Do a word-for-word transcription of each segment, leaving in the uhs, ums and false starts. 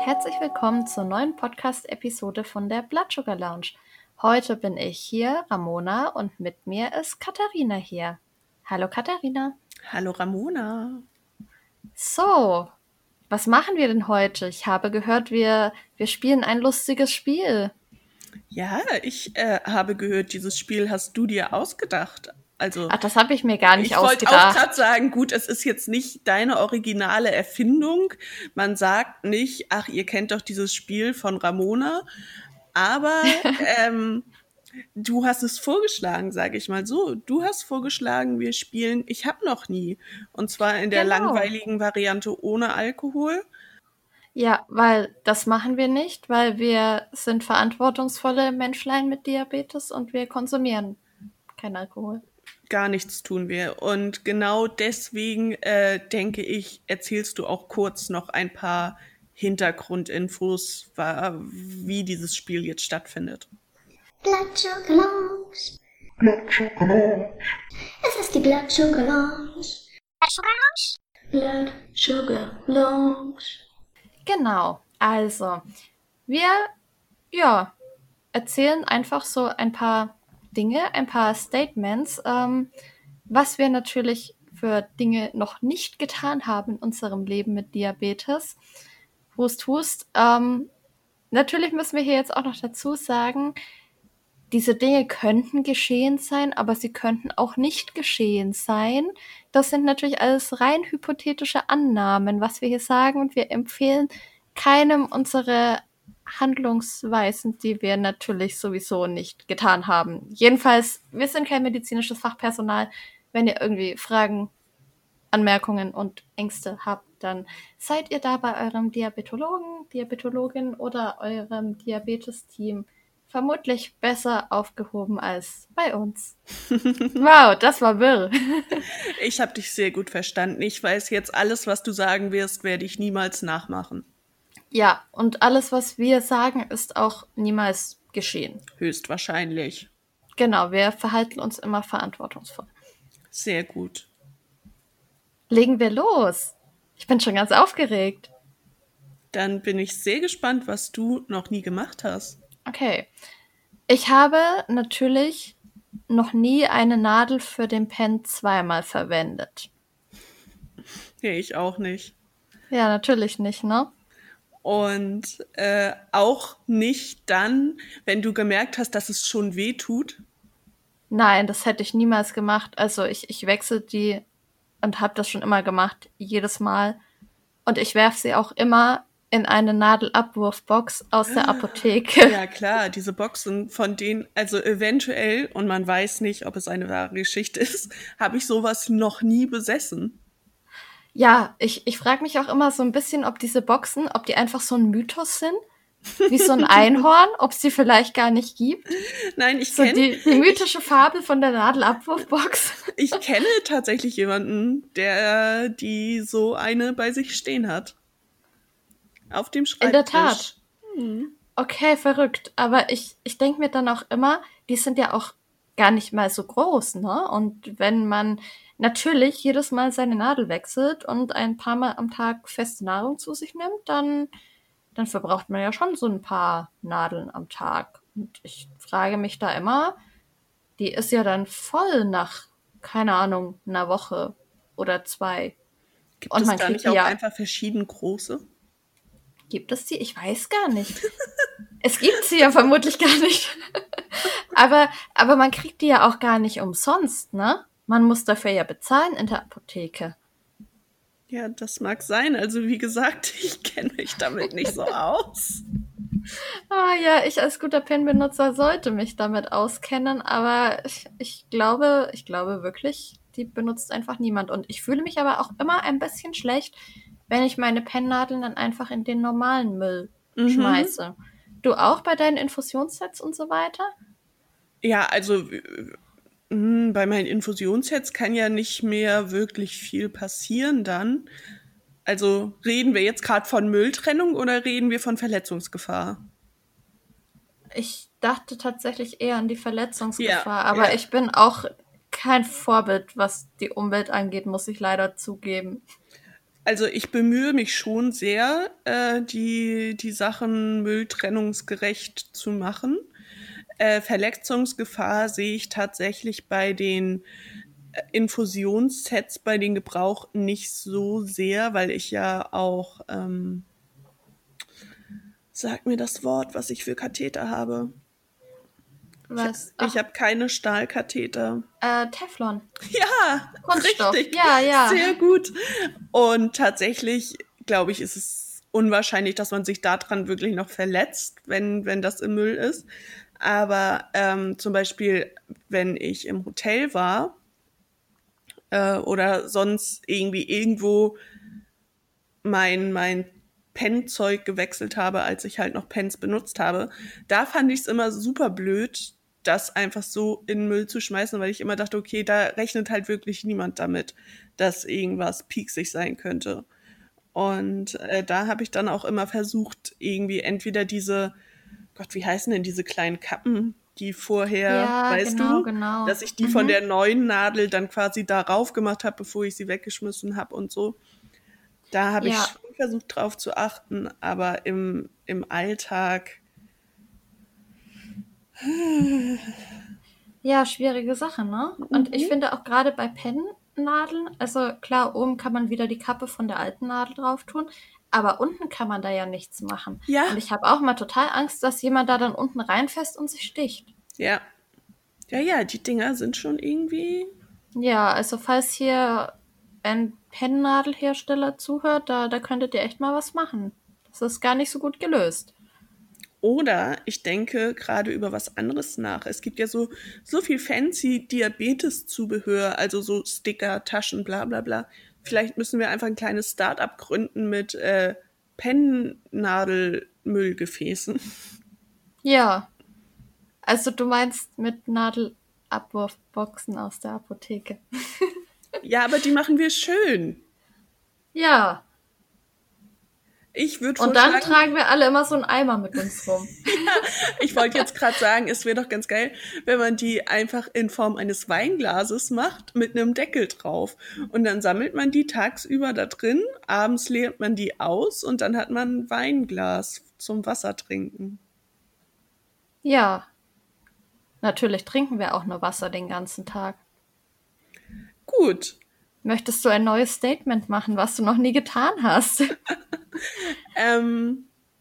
herzlich willkommen zur neuen Podcast-Episode von der Blood Sugar Lounge. Heute bin ich hier, Ramona, und mit mir ist Katharina hier. Hallo Katharina. Hallo Ramona. So, was machen wir denn heute? Ich habe gehört, wir, wir spielen ein lustiges Spiel. Ja, ich äh, habe gehört, dieses Spiel hast du dir ausgedacht. Also, Ach, das habe ich mir gar nicht ich ausgedacht. Ich wollte auch gerade sagen, gut, es ist jetzt nicht deine originale Erfindung. Man sagt nicht, ach, ihr kennt doch dieses Spiel von Ramona. Aber ähm, du hast es vorgeschlagen, sage ich mal so. Du hast vorgeschlagen, wir spielen Ich hab noch nie. Und zwar in der Genau. langweiligen Variante ohne Alkohol. Ja, weil das machen wir nicht, weil wir sind verantwortungsvolle Menschlein mit Diabetes und wir konsumieren kein Alkohol. Gar nichts tun wir. Und genau deswegen äh, denke ich, erzählst du auch kurz noch ein paar Hintergrundinfos, wie dieses Spiel jetzt stattfindet. Blood Sugar Lounge. Blood Sugar Lounge. Es ist die Blood Sugar Lounge. Blood Sugar Lounge. Blood Sugar Lounge. Genau, also wir ja, erzählen einfach so ein paar Dinge, ein paar Statements, ähm, was wir natürlich für Dinge noch nicht getan haben in unserem Leben mit Diabetes. Hust, hust. Ähm, natürlich müssen wir hier jetzt auch noch dazu sagen, diese Dinge könnten geschehen sein, aber sie könnten auch nicht geschehen sein. Das sind natürlich alles rein hypothetische Annahmen, was wir hier sagen, und wir empfehlen keinem unsere Handlungsweisen, die wir natürlich sowieso nicht getan haben. Jedenfalls, wir sind kein medizinisches Fachpersonal. Wenn ihr irgendwie Fragen, Anmerkungen und Ängste habt, dann seid ihr da bei eurem Diabetologen, Diabetologin oder eurem Diabetes-Team vermutlich besser aufgehoben als bei uns. Wow, das war wirr. Ich habe dich sehr gut verstanden. Ich weiß jetzt, alles, was du sagen wirst, werde ich niemals nachmachen. Ja, und alles, was wir sagen, ist auch niemals geschehen. Höchstwahrscheinlich. Genau, wir verhalten uns immer verantwortungsvoll. Sehr gut. Legen wir los. Ich bin schon ganz aufgeregt. Dann bin ich sehr gespannt, was du noch nie gemacht hast. Okay. Ich habe natürlich noch nie eine Nadel für den Pen zweimal verwendet. Ja, ich auch nicht. Ja, natürlich nicht, ne? Und äh, auch nicht dann, wenn du gemerkt hast, dass es schon weh tut? Nein, das hätte ich niemals gemacht. Also ich, ich wechsle die und habe das schon immer gemacht, jedes Mal. Und ich werfe sie auch immer in eine Nadelabwurfbox aus der Apotheke. Ja, klar, diese Boxen, von denen, also eventuell, und man weiß nicht, ob es eine wahre Geschichte ist, habe ich sowas noch nie besessen. Ja, ich, ich frage mich auch immer so ein bisschen, ob diese Boxen, ob die einfach so ein Mythos sind, wie so ein Einhorn, ob es die vielleicht gar nicht gibt. Nein, ich So kenne... die, die mythische Fabel von der Nadelabwurfbox. Ich kenne tatsächlich jemanden, der die so eine bei sich stehen hat. Auf dem Schreibtisch. In der Tat. Hm. Okay, verrückt. Aber ich, ich denke mir dann auch immer, die sind ja auch gar nicht mal so groß, ne? Und wenn man natürlich jedes Mal seine Nadel wechselt und ein paar Mal am Tag feste Nahrung zu sich nimmt, dann, dann verbraucht man ja schon so ein paar Nadeln am Tag. Und ich frage mich da immer, die ist ja dann voll nach, keine Ahnung, einer Woche oder zwei. Gibt Und es man da kriegt nicht die auch ja, einfach verschieden große? gibt es die? Ich weiß gar nicht. Es gibt sie ja vermutlich gar nicht. aber, aber man kriegt die ja auch gar nicht umsonst, ne? Man muss dafür ja bezahlen in der Apotheke. Ja, das mag sein. Also wie gesagt, ich kenne mich damit nicht so aus. Ah ja, ich als guter Pen-Benutzer sollte mich damit auskennen, aber ich, ich glaube, ich glaube wirklich, die benutzt einfach niemand. Und ich fühle mich aber auch immer ein bisschen schlecht, wenn ich meine Pennadeln dann einfach in den normalen Müll Mhm. schmeiße. Du auch bei deinen Infusionssets und so weiter? Ja, also mh, bei meinen Infusionssets kann ja nicht mehr wirklich viel passieren dann. Also reden wir jetzt gerade von Mülltrennung oder reden wir von Verletzungsgefahr? Ich dachte tatsächlich eher an die Verletzungsgefahr, Ja, aber ja. ich bin auch kein Vorbild, was die Umwelt angeht, muss ich leider zugeben. Also ich bemühe mich schon sehr, äh, die, die Sachen mülltrennungsgerecht zu machen. Äh, Verletzungsgefahr sehe ich tatsächlich bei den äh, Infusionssets, bei den Gebrauch nicht so sehr, weil ich ja auch, ähm, sag mir das Wort, was ich für Katheter habe. Ich, Was? ich Ach, habe keine Stahlkatheter. äh, Teflon. Ja, Kunststoff. richtig. Ja, ja. Sehr gut. Und tatsächlich, glaube ich, ist es unwahrscheinlich, dass man sich daran wirklich noch verletzt, wenn, wenn das im Müll ist. Aber ähm, zum Beispiel, wenn ich im Hotel war äh, oder sonst irgendwie irgendwo mein, mein Pennzeug gewechselt habe, als ich halt noch Pens benutzt habe, da fand ich es immer super blöd, das einfach so in den Müll zu schmeißen, weil ich immer dachte, okay, da rechnet halt wirklich niemand damit, dass irgendwas pieksig sein könnte. Und äh, da habe ich dann auch immer versucht, irgendwie entweder diese, Gott, wie heißen denn diese kleinen Kappen, die vorher, Ja, weißt genau, du, genau. dass ich die von Mhm. der neuen Nadel dann quasi darauf gemacht habe, bevor ich sie weggeschmissen habe und so. Da habe ich Ja, schon versucht, drauf zu achten, aber im, im Alltag, ja, schwierige Sache, ne? Und ich mhm. finde auch gerade bei Pennnadeln, also klar, oben kann man wieder die Kappe von der alten Nadel drauf tun, aber unten kann man da ja nichts machen. Ja, Und ich habe auch mal total Angst, dass jemand da dann unten reinfasst und sich sticht. ja, ja, ja, die Dinger sind schon irgendwie. Ja, also falls hier ein Pennnadelhersteller zuhört, da, da könntet ihr echt mal was machen. Das ist gar nicht so gut gelöst. Oder ich denke gerade über was anderes nach. Es gibt ja so, so viel fancy Diabetes-Zubehör, also so Sticker, Taschen, bla bla bla. Vielleicht müssen wir einfach ein kleines Start-up gründen mit äh, Pennnadelmüllgefäßen. Ja, also du meinst mit Nadelabwurfboxen aus der Apotheke. Ja, aber die machen wir schön. Ja, Ich würde und dann vorschlagen, tragen wir alle immer so einen Eimer mit uns rum. ich wollte jetzt gerade sagen, es wäre doch ganz geil, wenn man die einfach in Form eines Weinglases macht mit einem Deckel drauf. Und dann sammelt man die tagsüber da drin, abends leert man die aus und dann hat man ein Weinglas zum Wasser trinken. Ja, natürlich trinken wir auch nur Wasser den ganzen Tag. Gut. Möchtest du ein neues Statement machen, was du noch nie getan hast? Ähm,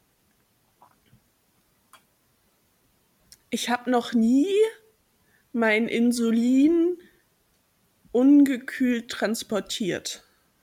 ich habe noch nie mein Insulin ungekühlt transportiert.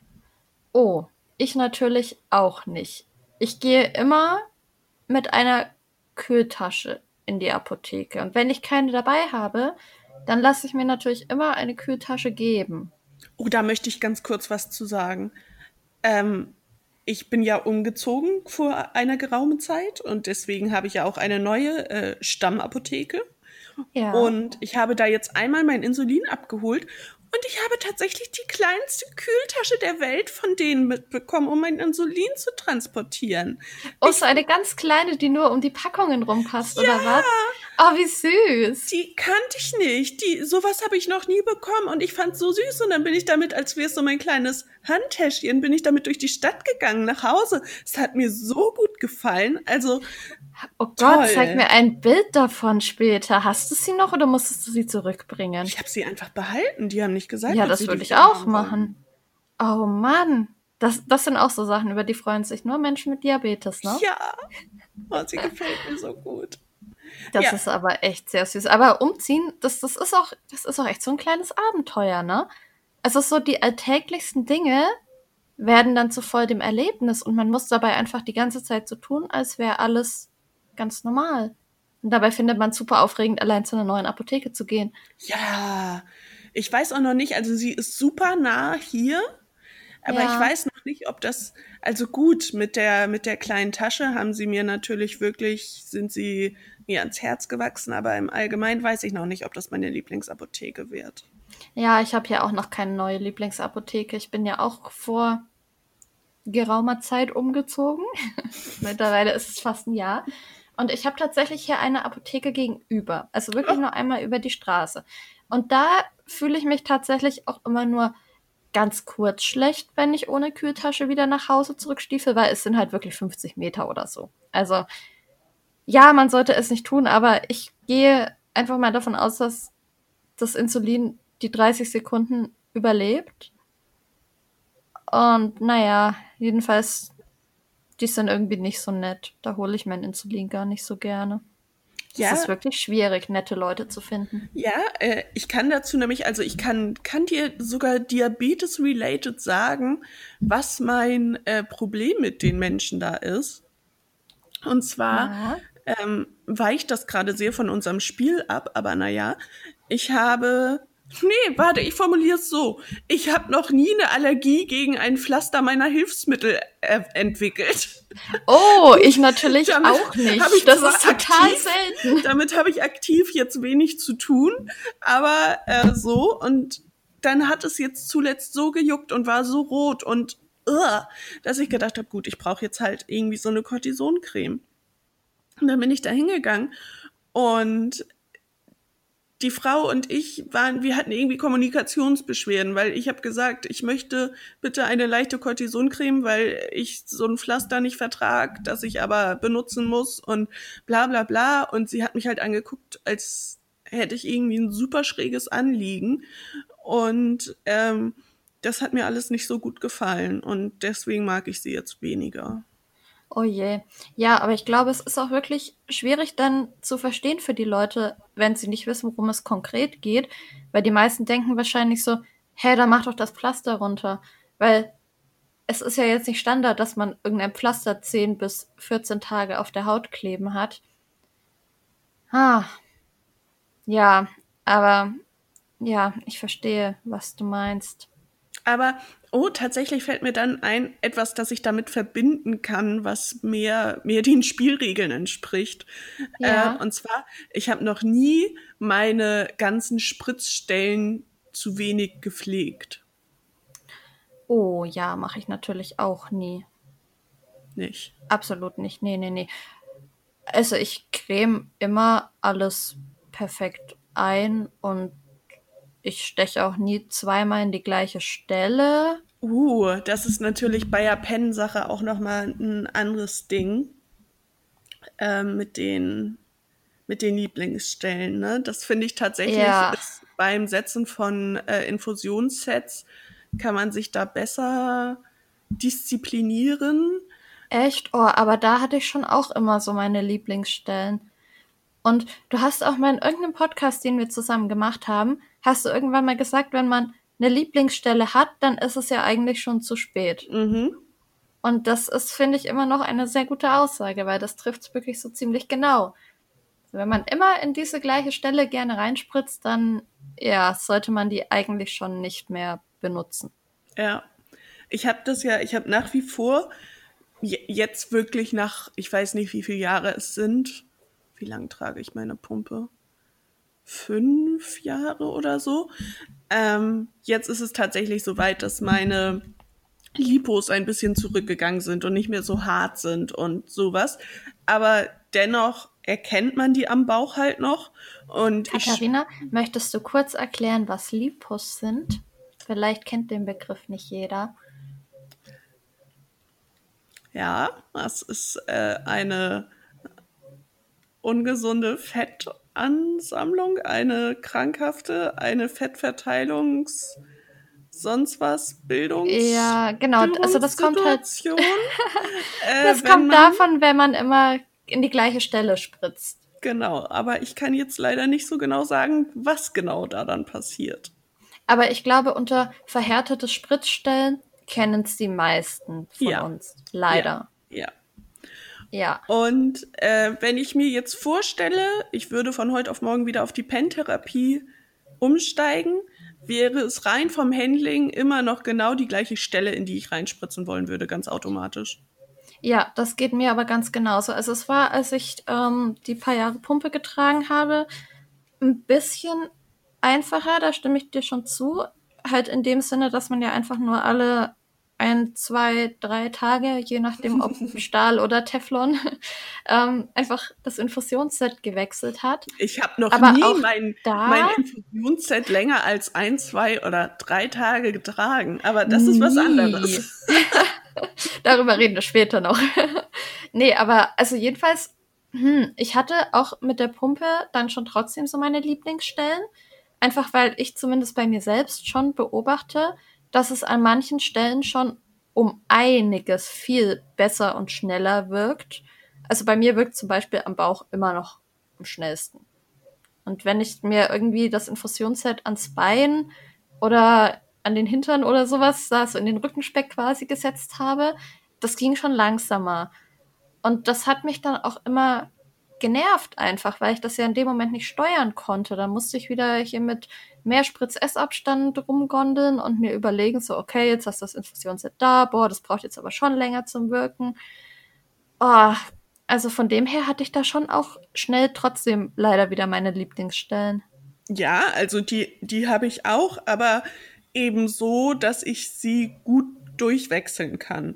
Oh, ich natürlich auch nicht. Ich gehe immer mit einer Kühltasche in die Apotheke. Und wenn ich keine dabei habe, dann lasse ich mir natürlich immer eine Kühltasche geben. Oh, da möchte ich ganz kurz was zu sagen. Ähm, ich bin ja umgezogen vor einer geraumen Zeit und deswegen habe ich ja auch eine neue äh, Stammapotheke. Ja. Und ich habe da jetzt einmal mein Insulin abgeholt und ich habe tatsächlich die kleinste Kühltasche der Welt von denen mitbekommen, um mein Insulin zu transportieren. Oh, Ich, so eine ganz kleine, die nur um die Packungen rumpasst, ja, oder was? Oh, wie süß. die kannte ich nicht. Die, sowas habe ich noch nie bekommen und ich fand es so süß und dann bin ich damit, als wäre es so mein kleines Handtäschchen, bin ich damit durch die Stadt gegangen, nach Hause. Es hat mir so gut gefallen. Also, Oh Gott, toll. zeig mir ein Bild davon später. Hast du sie noch oder musstest du sie zurückbringen? Ich habe sie einfach behalten. Die haben nicht gesagt, Ja, ob das sie würde die ich auch haben wollen. machen. Oh Mann. Das, das sind auch so Sachen, über die freuen sich nur Menschen mit Diabetes, ne? Ja, oh, sie gefällt mir so gut. Das Ja. ist aber echt sehr süß. Aber umziehen, das, das ist auch, das ist auch echt so ein kleines Abenteuer, ne? Also so die alltäglichsten Dinge werden dann zu voll dem Erlebnis und man muss dabei einfach die ganze Zeit so tun, als wäre alles ganz normal. Und dabei findet man es super aufregend, allein zu einer neuen Apotheke zu gehen. Ja, ich weiß auch noch nicht, also sie ist super nah hier, aber Ja. ich weiß noch nicht, ob das, also gut, mit der, mit der kleinen Tasche haben sie mir natürlich wirklich, sind sie mir ans Herz gewachsen, aber im Allgemeinen weiß ich noch nicht, ob das meine Lieblingsapotheke wird. Ja, ich habe ja auch noch keine neue Lieblingsapotheke. Ich bin ja auch vor geraumer Zeit umgezogen. Mittlerweile ist es fast ein Jahr. Und ich habe tatsächlich hier eine Apotheke gegenüber. Also wirklich Oh. nur einmal über die Straße. Und da fühle ich mich tatsächlich auch immer nur ganz kurz schlecht, wenn ich ohne Kühltasche wieder nach Hause zurückstiefel, weil es sind halt wirklich fünfzig Meter oder so. Also, ja, man sollte es nicht tun, aber ich gehe einfach mal davon aus, dass das Insulin die dreißig Sekunden überlebt. Und naja, jedenfalls, die sind irgendwie nicht so nett. Da hole ich mein Insulin gar nicht so gerne. Ja. Es ist wirklich schwierig, nette Leute zu finden. Ja, äh, ich kann dazu nämlich, also ich kann, kann dir sogar Diabetes-related sagen, was mein äh, Problem mit den Menschen da ist. Und zwar Ja. ähm, weicht das gerade sehr von unserem Spiel ab, aber naja, ich habe, nee, warte, ich formuliere es so. Ich habe noch nie eine Allergie gegen ein Pflaster meiner Hilfsmittel äh, entwickelt. Oh, ich natürlich Damit auch nicht. hab ich Das zwar ist total aktiv- selten. Damit habe ich aktiv jetzt wenig zu tun, aber äh, so. Und dann hat es jetzt zuletzt so gejuckt und war so rot und uh, dass ich gedacht habe, gut, ich brauche jetzt halt irgendwie so eine Cortisoncreme. Und dann bin ich da hingegangen und die Frau und ich waren, wir hatten irgendwie Kommunikationsbeschwerden, weil ich habe gesagt, ich möchte bitte eine leichte Cortisoncreme, weil ich so ein Pflaster nicht vertrag, das ich aber benutzen muss und bla bla bla. Und sie hat mich halt angeguckt, als hätte ich irgendwie ein super schräges Anliegen. Und ähm, das hat mir alles nicht so gut gefallen und deswegen mag ich sie jetzt weniger. Oh je. Ja, aber ich glaube, es ist auch wirklich schwierig dann zu verstehen für die Leute, wenn sie nicht wissen, worum es konkret geht. Weil die meisten denken wahrscheinlich so, hä, dann mach doch das Pflaster runter. Weil es ist ja jetzt nicht Standard, dass man irgendein Pflaster zehn bis vierzehn Tage auf der Haut kleben hat. Ah. Ja, aber ja, ich verstehe, was du meinst. Aber, oh, tatsächlich fällt mir dann ein, etwas, das ich damit verbinden kann, was mehr, mehr den Spielregeln entspricht. Ja. Äh, und zwar, ich habe noch nie meine ganzen Spritzstellen zu wenig gepflegt. Oh ja, mache ich natürlich auch nie. Nicht. Absolut nicht. Nee, nee, nee. Also ich creme immer alles perfekt ein und ich steche auch nie zweimal in die gleiche Stelle. Uh, das ist natürlich bei der Pen-Sache auch nochmal ein anderes Ding. Ähm, mit den, mit den Lieblingsstellen, ne? Das finde ich tatsächlich Ja. ist beim Setzen von äh, Infusionssets kann man sich da besser disziplinieren. Echt? Oh, aber da hatte ich schon auch immer so meine Lieblingsstellen. Und du hast auch mal in irgendeinem Podcast, den wir zusammen gemacht haben, hast du irgendwann mal gesagt, wenn man eine Lieblingsstelle hat, dann ist es ja eigentlich schon zu spät. Mhm. Und das ist, finde ich, immer noch eine sehr gute Aussage, weil das trifft es wirklich so ziemlich genau. Wenn man immer in diese gleiche Stelle gerne reinspritzt, dann ja, sollte man die eigentlich schon nicht mehr benutzen. Ja. Ich habe das ja, ich habe nach wie vor je- jetzt wirklich nach, ich weiß nicht, wie viele Jahre es sind. Wie lange trage ich meine Pumpe? Fünf Jahre oder so. Ähm, jetzt ist es tatsächlich so weit, dass meine Lipos ein bisschen zurückgegangen sind und nicht mehr so hart sind und sowas. Aber dennoch erkennt man die am Bauch halt noch. Und ich, Katharina, möchtest du kurz erklären, was Lipos sind? Vielleicht kennt den Begriff nicht jeder. ja, das ist äh, eine ungesunde Fettansammlung, eine krankhafte, eine Fettverteilungs- sonst was, Bildungs- Ja, genau. Also das kommt halt, Situation. äh, das wenn kommt man- davon, wenn man immer in die gleiche Stelle spritzt. Genau, aber ich kann jetzt leider nicht so genau sagen, was genau da dann passiert. Aber ich glaube, unter verhärtete Spritzstellen kennen es die meisten von Ja. uns. Leider. Ja. Ja. Und äh, wenn ich mir jetzt vorstelle, ich würde von heute auf morgen wieder auf die Pen-Therapie umsteigen, wäre es rein vom Handling immer noch genau die gleiche Stelle, in die ich reinspritzen wollen würde, ganz automatisch. Ja, das geht mir aber ganz genauso. Also es war, als ich ähm, die paar Jahre Pumpe getragen habe, ein bisschen einfacher, da stimme ich dir schon zu. Halt in dem Sinne, dass man ja einfach nur alle ein, zwei, drei Tage, je nachdem ob Stahl oder Teflon, ähm, einfach das Infusionsset gewechselt hat. Ich habe noch Aber nie auch mein, da- mein Infusionsset länger als ein, zwei oder drei Tage getragen. Aber das ist was Nie. anderes. Darüber reden wir später noch. Nee, aber also jedenfalls, hm, ich hatte auch mit der Pumpe dann schon trotzdem so meine Lieblingsstellen. Einfach weil ich zumindest bei mir selbst schon beobachte, dass es an manchen Stellen schon um einiges viel besser und schneller wirkt. Also bei mir wirkt zum Beispiel am Bauch immer noch am schnellsten. Und wenn ich mir irgendwie das Infusionsset ans Bein oder an den Hintern oder sowas, da so in den Rückenspeck quasi gesetzt habe, das ging schon langsamer. Und das hat mich dann auch immer genervt einfach, weil ich das ja in dem Moment nicht steuern konnte. Da musste ich wieder hier mit mehr Spritz-Essabstand rumgondeln und mir überlegen, so, okay, jetzt hast du das Infusionsset da, boah, das braucht jetzt aber schon länger zum Wirken. Oh, also von dem her hatte ich da schon auch schnell trotzdem leider wieder meine Lieblingsstellen. Ja, also die, die habe ich auch, aber eben so, dass ich sie gut durchwechseln kann.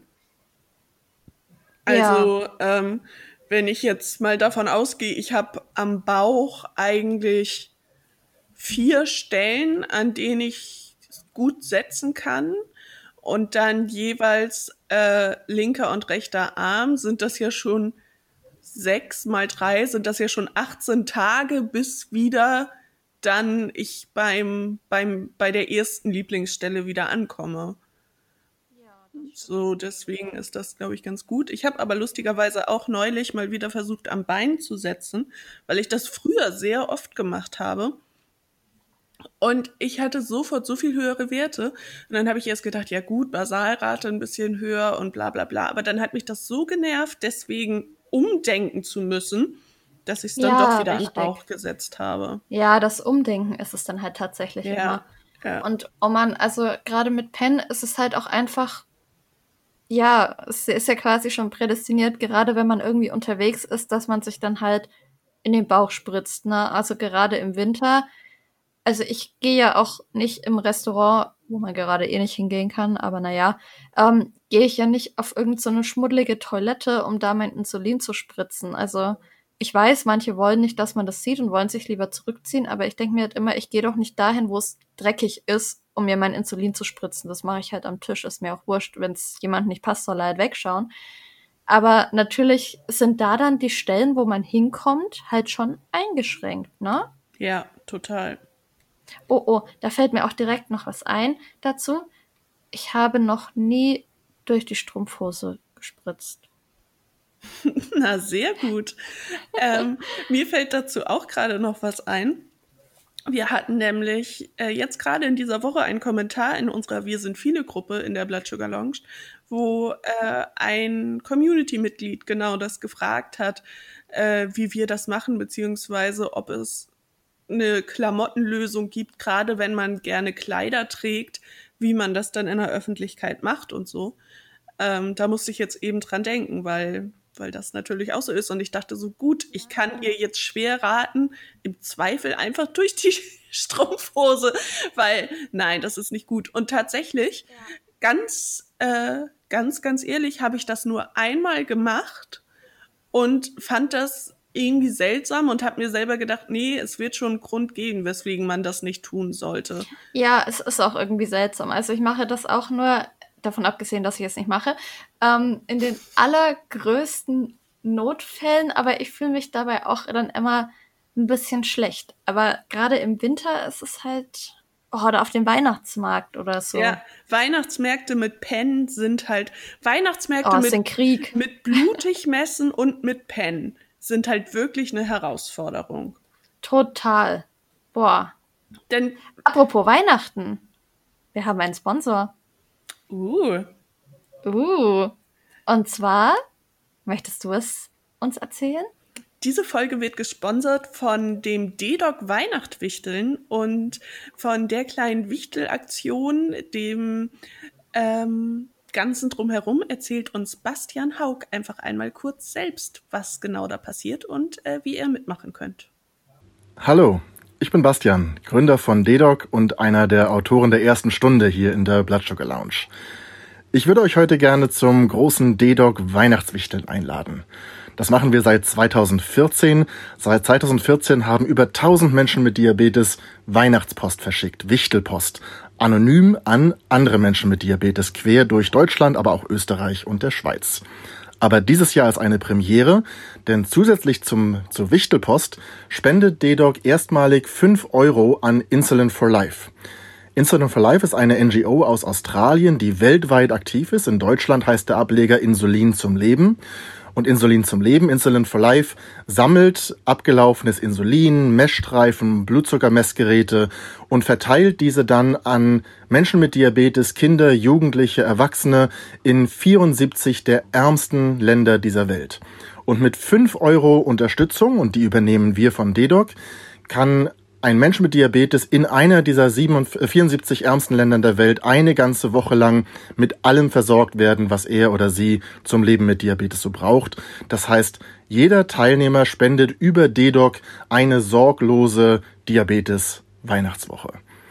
Also, ja. ähm, wenn ich jetzt mal davon ausgehe, ich habe am Bauch eigentlich vier Stellen, an denen ich gut setzen kann. Und dann jeweils äh, linker und rechter Arm sind das ja schon sechs mal drei, sind das ja schon achtzehn Tage, bis wieder dann ich beim, beim, bei der ersten Lieblingsstelle wieder ankomme. So, deswegen ist das, glaube ich, ganz gut. Ich habe aber lustigerweise auch neulich mal wieder versucht, am Bein zu setzen, weil ich das früher sehr oft gemacht habe. Und ich hatte sofort so viel höhere Werte. Und dann habe ich erst gedacht, ja gut, Basalrate ein bisschen höher und bla bla bla. Aber dann hat mich das so genervt, deswegen umdenken zu müssen, dass ich es dann Ja, doch wieder richtig. an den Bauch gesetzt habe. Ja, das Umdenken ist es dann halt tatsächlich Ja, immer. ja. Und oh man, also gerade mit Pen ist es halt auch einfach, ja, es ist ja quasi schon prädestiniert, gerade wenn man irgendwie unterwegs ist, dass man sich dann halt in den Bauch spritzt, ne? Also gerade im Winter. Also ich gehe ja auch nicht im Restaurant, wo man gerade eh nicht hingehen kann, aber naja, ähm, gehe ich ja nicht auf irgend so eine schmuddelige Toilette, um da mein Insulin zu spritzen. Also ich weiß, manche wollen nicht, dass man das sieht und wollen sich lieber zurückziehen, aber ich denke mir halt immer, ich gehe doch nicht dahin, wo es dreckig ist, um mir mein Insulin zu spritzen. Das mache ich halt am Tisch, ist mir auch wurscht. Wenn es jemandem nicht passt, soll er halt wegschauen. Aber natürlich sind da dann die Stellen, wo man hinkommt, halt schon eingeschränkt, ne? Ja, total. Oh, oh, da fällt mir auch direkt noch was ein dazu. Ich habe noch nie durch die Strumpfhose gespritzt. Na, sehr gut. ähm, mir fällt dazu auch gerade noch was ein. Wir hatten nämlich äh, jetzt gerade in dieser Woche einen Kommentar in unserer Wir sind viele Gruppe in der Blood Sugar Lounge, wo äh, ein Community-Mitglied genau das gefragt hat, äh, wie wir das machen, beziehungsweise ob es eine Klamottenlösung gibt, gerade wenn man gerne Kleider trägt, wie man das dann in der Öffentlichkeit macht und so. Ähm, da musste ich jetzt eben dran denken, weil, weil das natürlich auch so ist. Und ich dachte so, gut, ich kann ihr jetzt schwer raten, im Zweifel einfach durch die Strumpfhose, weil nein, das ist nicht gut. Und tatsächlich, ja. ganz, äh, ganz, ganz ehrlich, habe ich das nur einmal gemacht und fand das irgendwie seltsam und habe mir selber gedacht, nee, es wird schon einen Grund geben, weswegen man das nicht tun sollte. Ja, es ist auch irgendwie seltsam. Also ich mache das auch nur, davon abgesehen, dass ich es nicht mache, ähm, in den allergrößten Notfällen, aber ich fühle mich dabei auch dann immer ein bisschen schlecht. Aber gerade im Winter ist es halt, oh, oder auf dem Weihnachtsmarkt oder so. Ja, Weihnachtsmärkte mit Pen sind halt, Weihnachtsmärkte oh, mit, ist Krieg. mit Blutigmessen und mit Pen sind halt wirklich eine Herausforderung. Total. Boah. Denn apropos Weihnachten. Wir haben einen Sponsor. Uh. Uh. Und zwar, möchtest du es uns erzählen? Diese Folge wird gesponsert von dem D-Doc Weihnachtswichteln und von der kleinen Wichtelaktion, dem ähm, Ganzen drumherum, erzählt uns Bastian Haug einfach einmal kurz selbst, was genau da passiert und äh, wie ihr mitmachen könnt. Hallo, ich bin Bastian, Gründer von D-Doc und einer der Autoren der ersten Stunde hier in der Blood Sugar Lounge. Ich würde euch heute gerne zum großen D-Doc Weihnachtswichteln einladen. Das machen wir seit zweitausendvierzehn. Seit zweitausendvierzehn haben über tausend Menschen mit Diabetes Weihnachtspost verschickt, Wichtelpost, anonym an andere Menschen mit Diabetes, quer durch Deutschland, aber auch Österreich und der Schweiz. Aber dieses Jahr ist eine Premiere, denn zusätzlich zum zur Wichtelpost spendet D-Doc erstmalig fünf Euro an Insulin for Life. Insulin for Life ist eine N G O aus Australien, die weltweit aktiv ist. In Deutschland heißt der Ableger Insulin zum Leben. Und Insulin zum Leben, Insulin for Life, sammelt abgelaufenes Insulin, Messstreifen, Blutzuckermessgeräte und verteilt diese dann an Menschen mit Diabetes, Kinder, Jugendliche, Erwachsene in vierundsiebzig der ärmsten Länder dieser Welt. Und mit fünf Euro Unterstützung, und die übernehmen wir von D-Doc, kann ein Mensch mit Diabetes in einer dieser vierundsiebzig ärmsten Ländern der Welt eine ganze Woche lang mit allem versorgt werden, was er oder sie zum Leben mit Diabetes so braucht. Das heißt, jeder Teilnehmer spendet über D-Doc eine sorglose Diabetes-Weihnachtswoche.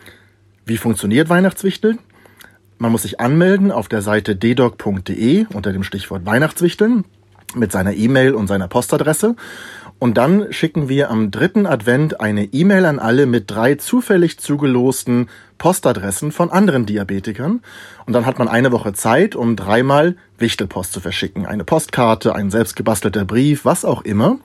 Wie funktioniert Weihnachtswichteln? Man muss sich anmelden auf der Seite d doc punkt d e unter dem Stichwort Weihnachtswichteln mit seiner E-Mail und seiner Postadresse. Und dann schicken wir am dritten Advent eine E-Mail an alle mit drei zufällig zugelosten Postadressen von anderen Diabetikern. Und dann hat man eine Woche Zeit, um dreimal Wichtelpost zu verschicken. Eine Postkarte, ein selbstgebastelter Brief, was auch immer.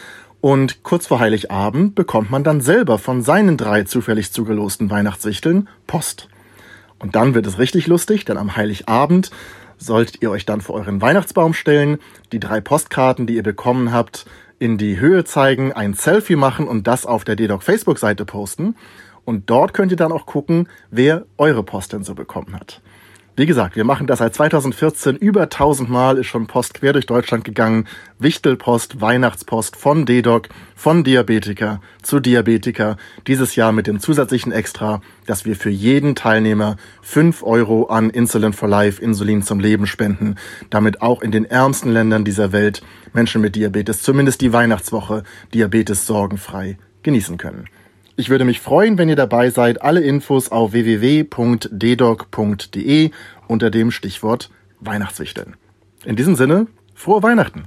Und kurz vor Heiligabend bekommt man dann selber von seinen drei zufällig zugelosten Weihnachtswichteln Post. Und dann wird es richtig lustig, denn am Heiligabend solltet ihr euch dann vor euren Weihnachtsbaum stellen, die drei Postkarten, die ihr bekommen habt, in die Höhe zeigen, ein Selfie machen und das auf der D-Doc Facebook-Seite posten. Und dort könnt ihr dann auch gucken, wer eure Post denn so bekommen hat. Wie gesagt, wir machen das seit zweitausendvierzehn. Über tausend Mal ist schon Post quer durch Deutschland gegangen. Wichtelpost, Weihnachtspost von D-Doc, von Diabetiker zu Diabetiker. Dieses Jahr mit dem zusätzlichen Extra, dass wir für jeden Teilnehmer fünf Euro an Insulin for Life, Insulin zum Leben spenden. Damit auch in den ärmsten Ländern dieser Welt Menschen mit Diabetes zumindest die Weihnachtswoche Diabetes sorgenfrei genießen können. Ich würde mich freuen, wenn ihr dabei seid. Alle Infos auf w w w punkt d doc punkt d e unter dem Stichwort Weihnachtswichteln. In diesem Sinne, frohe Weihnachten!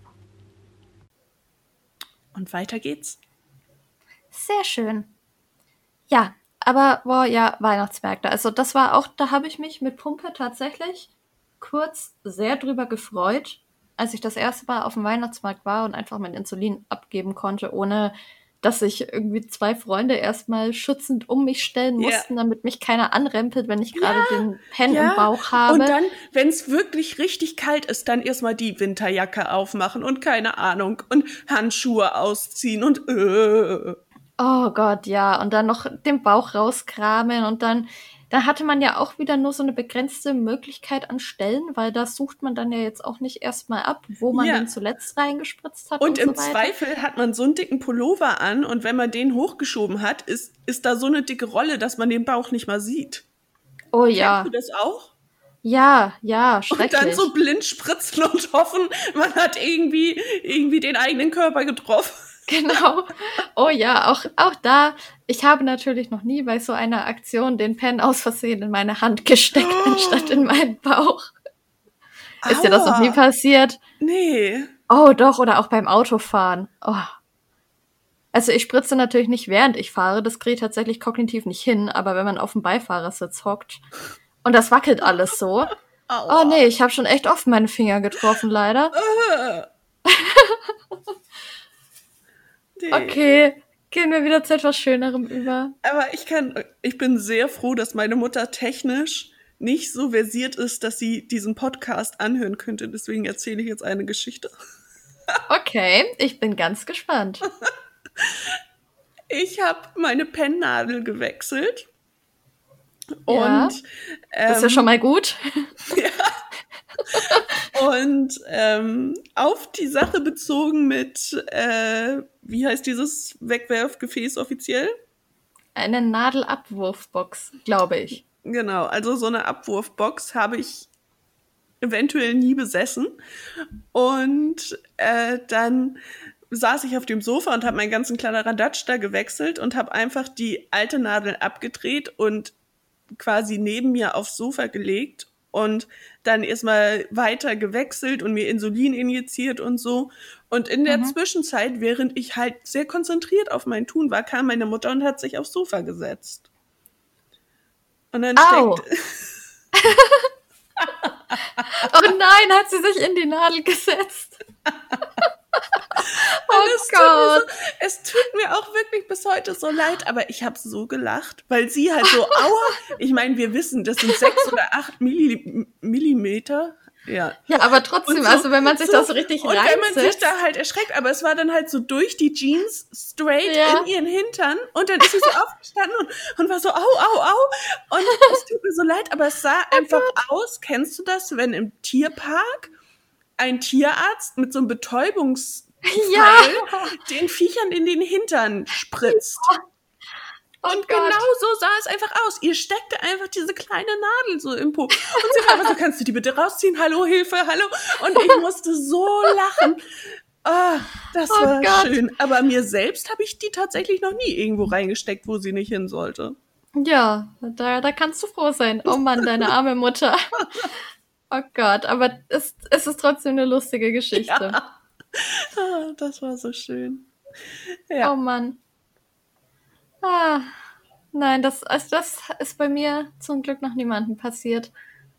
Und weiter geht's. Sehr schön. Ja, aber boah, ja, Weihnachtsmärkte. Also das war auch, da habe ich mich mit Pumpe tatsächlich kurz sehr drüber gefreut, als ich das erste Mal auf dem Weihnachtsmarkt war und einfach mein Insulin abgeben konnte, ohne dass sich irgendwie zwei Freunde erstmal schützend um mich stellen mussten, yeah. damit mich keiner anrempelt, wenn ich gerade ja, den Pen ja. im Bauch habe. Und dann, wenn es wirklich richtig kalt ist, dann erstmal die Winterjacke aufmachen und keine Ahnung und Handschuhe ausziehen und äh. Oh Gott, ja. Und dann noch den Bauch rauskramen und dann Da hatte man ja auch wieder nur so eine begrenzte Möglichkeit an Stellen, weil das sucht man dann ja jetzt auch nicht erstmal ab, wo man ja. den zuletzt reingespritzt hat. Und, und im so weiter. Zweifel hat man so einen dicken Pullover an und wenn man den hochgeschoben hat, ist, ist da so eine dicke Rolle, dass man den Bauch nicht mal sieht. Oh ja. Kennst du das auch? Ja, ja, schrecklich. Und dann so blind spritzen und hoffen, man hat irgendwie, irgendwie den eigenen Körper getroffen. Genau. Oh ja, auch, auch da. Ich habe natürlich noch nie bei so einer Aktion den Pen aus Versehen in meine Hand gesteckt, oh. anstatt in meinen Bauch. Aua. Ist dir das noch nie passiert? Nee. Oh, doch, oder auch beim Autofahren. Oh. Also ich spritze natürlich nicht, während ich fahre. Das kriege ich tatsächlich kognitiv nicht hin. Aber wenn man auf dem Beifahrersitz hockt und das wackelt alles so. Aua. Oh nee, ich habe schon echt oft meine Finger getroffen, leider. Okay, gehen wir wieder zu etwas Schönerem über. Aber ich kann, ich bin sehr froh, dass meine Mutter technisch nicht so versiert ist, dass sie diesen Podcast anhören könnte. Deswegen erzähle ich jetzt eine Geschichte. Okay, ich bin ganz gespannt. Ich habe meine Pennnadel gewechselt. Ja, und ähm, das ist ja schon mal gut. Ja. Und ähm, auf die Sache bezogen mit, äh, wie heißt dieses Wegwerfgefäß offiziell? Eine Nadelabwurfbox, glaube ich. Genau, also so eine Abwurfbox habe ich eventuell nie besessen. Und äh, dann saß ich auf dem Sofa und habe meinen ganzen Kladderadatsch da gewechselt und habe einfach die alte Nadel abgedreht und quasi neben mir aufs Sofa gelegt und dann erstmal weiter gewechselt und mir Insulin injiziert und so. Und in der Mhm. Zwischenzeit, während ich halt sehr konzentriert auf mein Tun war, kam meine Mutter und hat sich aufs Sofa gesetzt. Und dann Au! steckt... Oh nein, hat sie sich in die Nadel gesetzt. Oh es, tut mir Gott. so, es tut mir auch wirklich bis heute so leid, aber ich habe so gelacht, weil sie halt so, aua, ich meine, wir wissen, das sind sechs oder acht Milli- Millimeter. Ja. Ja, aber trotzdem, Und so- also wenn man sich so, das so richtig Und wenn man sich reinsetzt. da halt erschreckt, aber es war dann halt so durch die Jeans straight Ja. in ihren Hintern und dann ist sie so aufgestanden und, und war so, au, au, au. Und es tut mir so leid, aber es sah Oh einfach aus, kennst du das, wenn im Tierpark ein Tierarzt mit so einem Betäubungs Ja. den Viechern in den Hintern spritzt. Oh Und Gott. genau so sah es einfach aus. Ihr steckte einfach diese kleine Nadel so im Po. Und sie war einfach so, kannst du die bitte rausziehen? Hallo, Hilfe, hallo. Und ich musste so lachen. Ah, das Oh war Gott. schön. Aber mir selbst habe ich die tatsächlich noch nie irgendwo reingesteckt, wo sie nicht hin sollte. Ja, da, da kannst du froh sein. Oh Mann, deine arme Mutter. Oh Gott, aber es, es ist trotzdem eine lustige Geschichte. Ja. Ah, das war so schön. Ja. Oh Mann. Ah, nein, das, also das ist bei mir zum Glück noch niemandem passiert.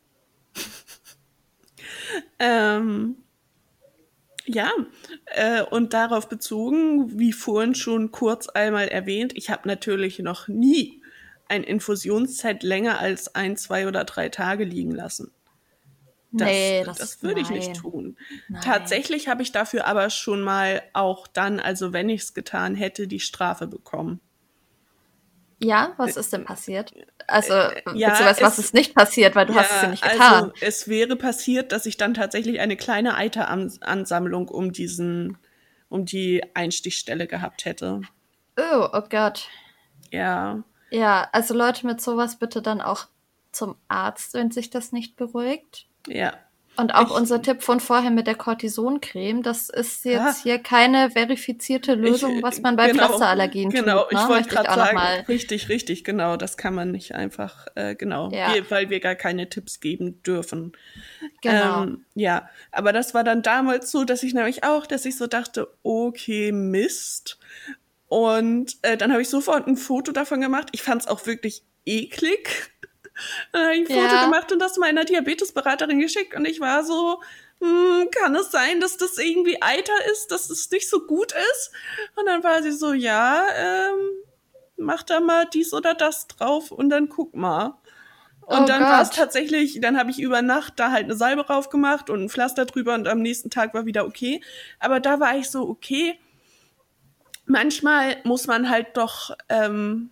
Ähm, ja, äh, und darauf bezogen, wie vorhin schon kurz einmal erwähnt, ich habe natürlich noch nie eine Infusionszeit länger als ein, zwei oder drei Tage liegen lassen. Das, nee, das, das, würde ich nein. nicht tun. Nein. Tatsächlich habe ich dafür aber schon mal auch dann, also wenn ich es getan hätte, die Strafe bekommen. Ja, was ist denn passiert? Also, ja, beziehungsweise was es- ist nicht passiert, weil du hast es ja nicht getan. Also es wäre passiert, dass ich dann tatsächlich eine kleine Eiteransammlung um diesen, um die Einstichstelle gehabt hätte. Oh, oh Gott. Ja, Ja, also Leute mit sowas bitte dann auch zum Arzt, wenn sich das nicht beruhigt. ja. Und auch Ich- unser Tipp von vorher mit der Cortisoncreme, das ist jetzt Ah. hier keine verifizierte Lösung, Ich- was man bei genau, Pflasterallergien Genau, tut. Ne? ich wollte Möchte gerade auch noch sagen, mal- richtig, richtig, genau, das kann man nicht einfach, äh, genau, Ja. wir, weil wir gar keine Tipps geben dürfen. Genau. Ähm, ja, aber das war dann damals so, dass ich nämlich auch, dass ich so dachte, okay, Mist. Und äh, dann habe ich sofort ein Foto davon gemacht. Ich fand es auch wirklich eklig. Dann habe ich ein Foto Ja. gemacht und das meiner Diabetesberaterin geschickt. Und ich war so, hm, kann es sein, dass das irgendwie Eiter ist, dass es nicht so gut ist? Und dann war sie so, ja, ähm, mach da mal dies oder das drauf und dann guck mal. Und Oh dann war es Gott. tatsächlich, dann habe ich über Nacht da halt eine Salbe drauf gemacht und ein Pflaster drüber und am nächsten Tag war wieder okay. Aber da war ich so, okay, manchmal muss man halt doch, ähm,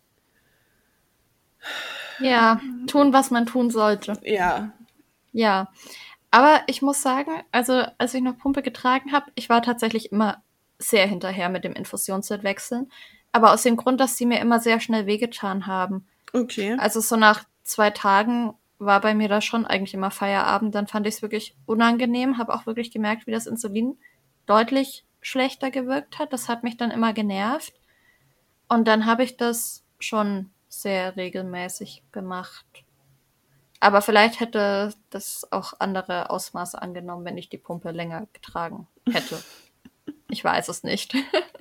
Ja, tun, was man tun sollte. ja, Ja. Aber ich muss sagen, also als ich noch Pumpe getragen habe, ich war tatsächlich immer sehr hinterher mit dem Infusionsset wechseln. Aber aus dem Grund, dass die mir immer sehr schnell wehgetan haben. okay. Also so nach zwei Tagen war bei mir da schon eigentlich immer Feierabend. Dann fand ich es wirklich unangenehm, habe auch wirklich gemerkt, wie das Insulin deutlich schlechter gewirkt hat. Das hat mich dann immer genervt. Und dann habe ich das schon sehr regelmäßig gemacht. Aber vielleicht hätte das auch andere Ausmaße angenommen, wenn ich die Pumpe länger getragen hätte. Ich weiß es nicht.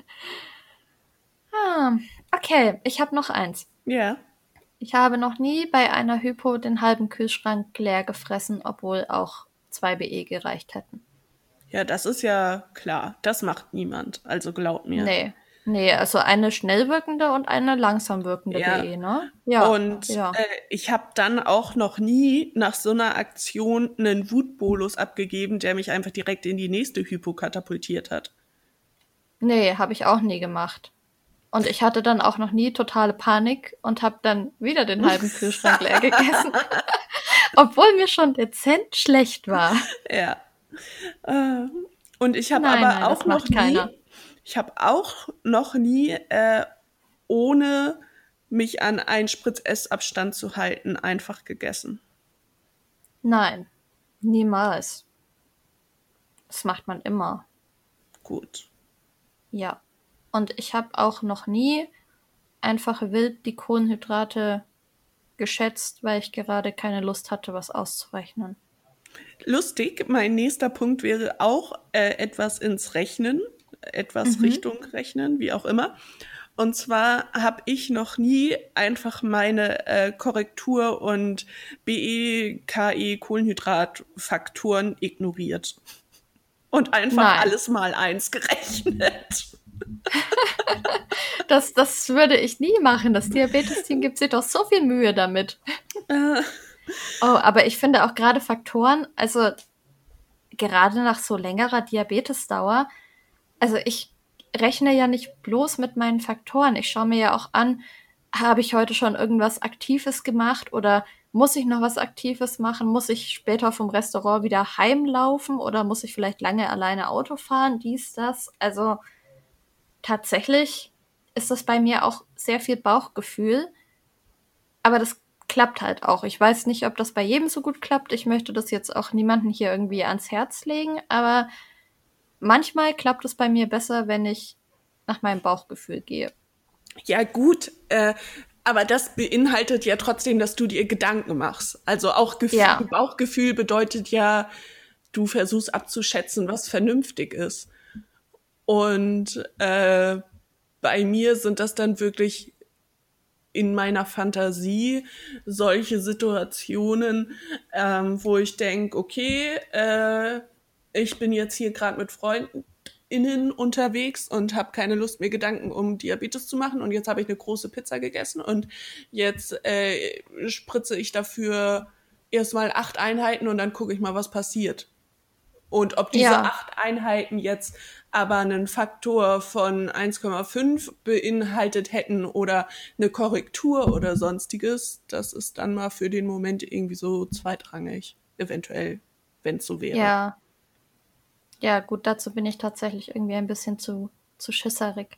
ah, okay, ich habe noch eins. Ja. Ich habe noch nie bei einer Hypo den halben Kühlschrank leer gefressen, obwohl auch zwei B E gereicht hätten. Ja, das ist ja klar. Das macht niemand. Also glaub mir. Nee. Nee, also eine schnell wirkende und eine langsam wirkende Ja. B E, ne? Ja. Und ja. äh, ich habe dann auch noch nie nach so einer Aktion einen Wutbolus abgegeben, der mich einfach direkt in die nächste Hypo katapultiert hat. Nee, habe ich auch nie gemacht. Und ich hatte dann auch noch nie totale Panik und habe dann wieder den halben Kühlschrank leer gegessen. Obwohl mir schon dezent schlecht war. Ja. Äh, und ich habe Nein, aber nein, auch das noch macht nie, keiner. ich habe auch noch nie, äh, ohne mich an einen Spritz-Essabstand zu halten, einfach gegessen. Nein, niemals. Das macht man immer. Gut. Ja. Und ich habe auch noch nie einfach wild die Kohlenhydrate geschätzt, weil ich gerade keine Lust hatte, was auszurechnen. Lustig, mein nächster Punkt wäre auch äh, etwas ins Rechnen, etwas Mhm. Richtung Rechnen, wie auch immer. Und zwar habe ich noch nie einfach meine äh, Korrektur- und B E, K E, Kohlenhydratfaktoren ignoriert. Und einfach Nein. alles mal eins gerechnet. Das, das würde ich nie machen. Das Diabetes-Team gibt sich doch so viel Mühe damit. Äh, Oh, aber ich finde auch gerade Faktoren, also gerade nach so längerer Diabetesdauer, also ich rechne ja nicht bloß mit meinen Faktoren. Ich schaue mir ja auch an, habe ich heute schon irgendwas Aktives gemacht oder muss ich noch was Aktives machen? Muss ich später vom Restaurant wieder heimlaufen oder muss ich vielleicht lange alleine Auto fahren? Dies, das. Also tatsächlich ist das bei mir auch sehr viel Bauchgefühl, aber das klappt halt auch. Ich weiß nicht, ob das bei jedem so gut klappt. Ich möchte das jetzt auch niemandem hier irgendwie ans Herz legen, aber manchmal klappt es bei mir besser, wenn ich nach meinem Bauchgefühl gehe. ja, gut, äh, aber das beinhaltet ja trotzdem, dass du dir Gedanken machst. Also auch Gef- Ja. Bauchgefühl bedeutet ja, du versuchst abzuschätzen, was vernünftig ist. Und äh, bei mir sind das dann wirklich in meiner Fantasie solche Situationen, ähm, wo ich denke, okay, äh, ich bin jetzt hier gerade mit FreundInnen unterwegs und habe keine Lust, mir Gedanken um Diabetes zu machen. Und jetzt habe ich eine große Pizza gegessen und jetzt äh, spritze ich dafür erstmal acht Einheiten und dann gucke ich mal, was passiert. Und ob diese Ja. acht Einheiten jetzt aber einen Faktor von eins Komma fünf beinhaltet hätten oder eine Korrektur oder sonstiges, das ist dann mal für den Moment irgendwie so zweitrangig, eventuell, wenn es so wäre. Ja. Ja, gut, dazu bin ich tatsächlich irgendwie ein bisschen zu, zu schisserig.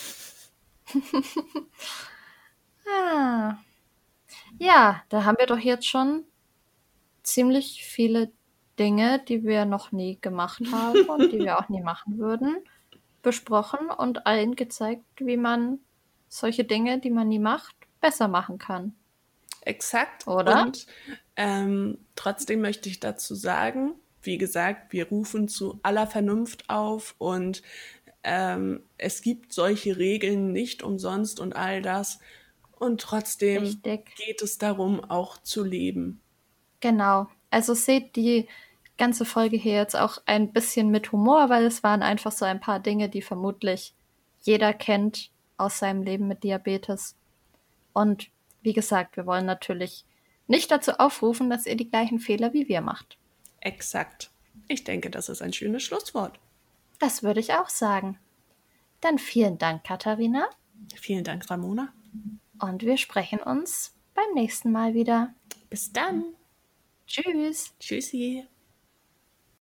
ah. Ja, da haben wir doch jetzt schon ziemlich viele Dinge, die wir noch nie gemacht haben und die wir auch nie machen würden, besprochen und allen gezeigt, wie man solche Dinge, die man nie macht, besser machen kann. Exakt. Oder? Und ähm, trotzdem möchte ich dazu sagen, wie gesagt, wir rufen zu aller Vernunft auf und ähm, es gibt solche Regeln nicht umsonst und all das. Und trotzdem Richtig. geht es darum, auch zu leben. Genau. Also seht die ganze Folge hier jetzt auch ein bisschen mit Humor, weil es waren einfach so ein paar Dinge, die vermutlich jeder kennt aus seinem Leben mit Diabetes. Und wie gesagt, wir wollen natürlich nicht dazu aufrufen, dass ihr die gleichen Fehler wie wir macht. Exakt. Ich denke, das ist ein schönes Schlusswort. Das würde ich auch sagen. Dann vielen Dank, Katharina. Vielen Dank, Ramona. Und wir sprechen uns beim nächsten Mal wieder. Bis dann. Tschüss. Tschüssi.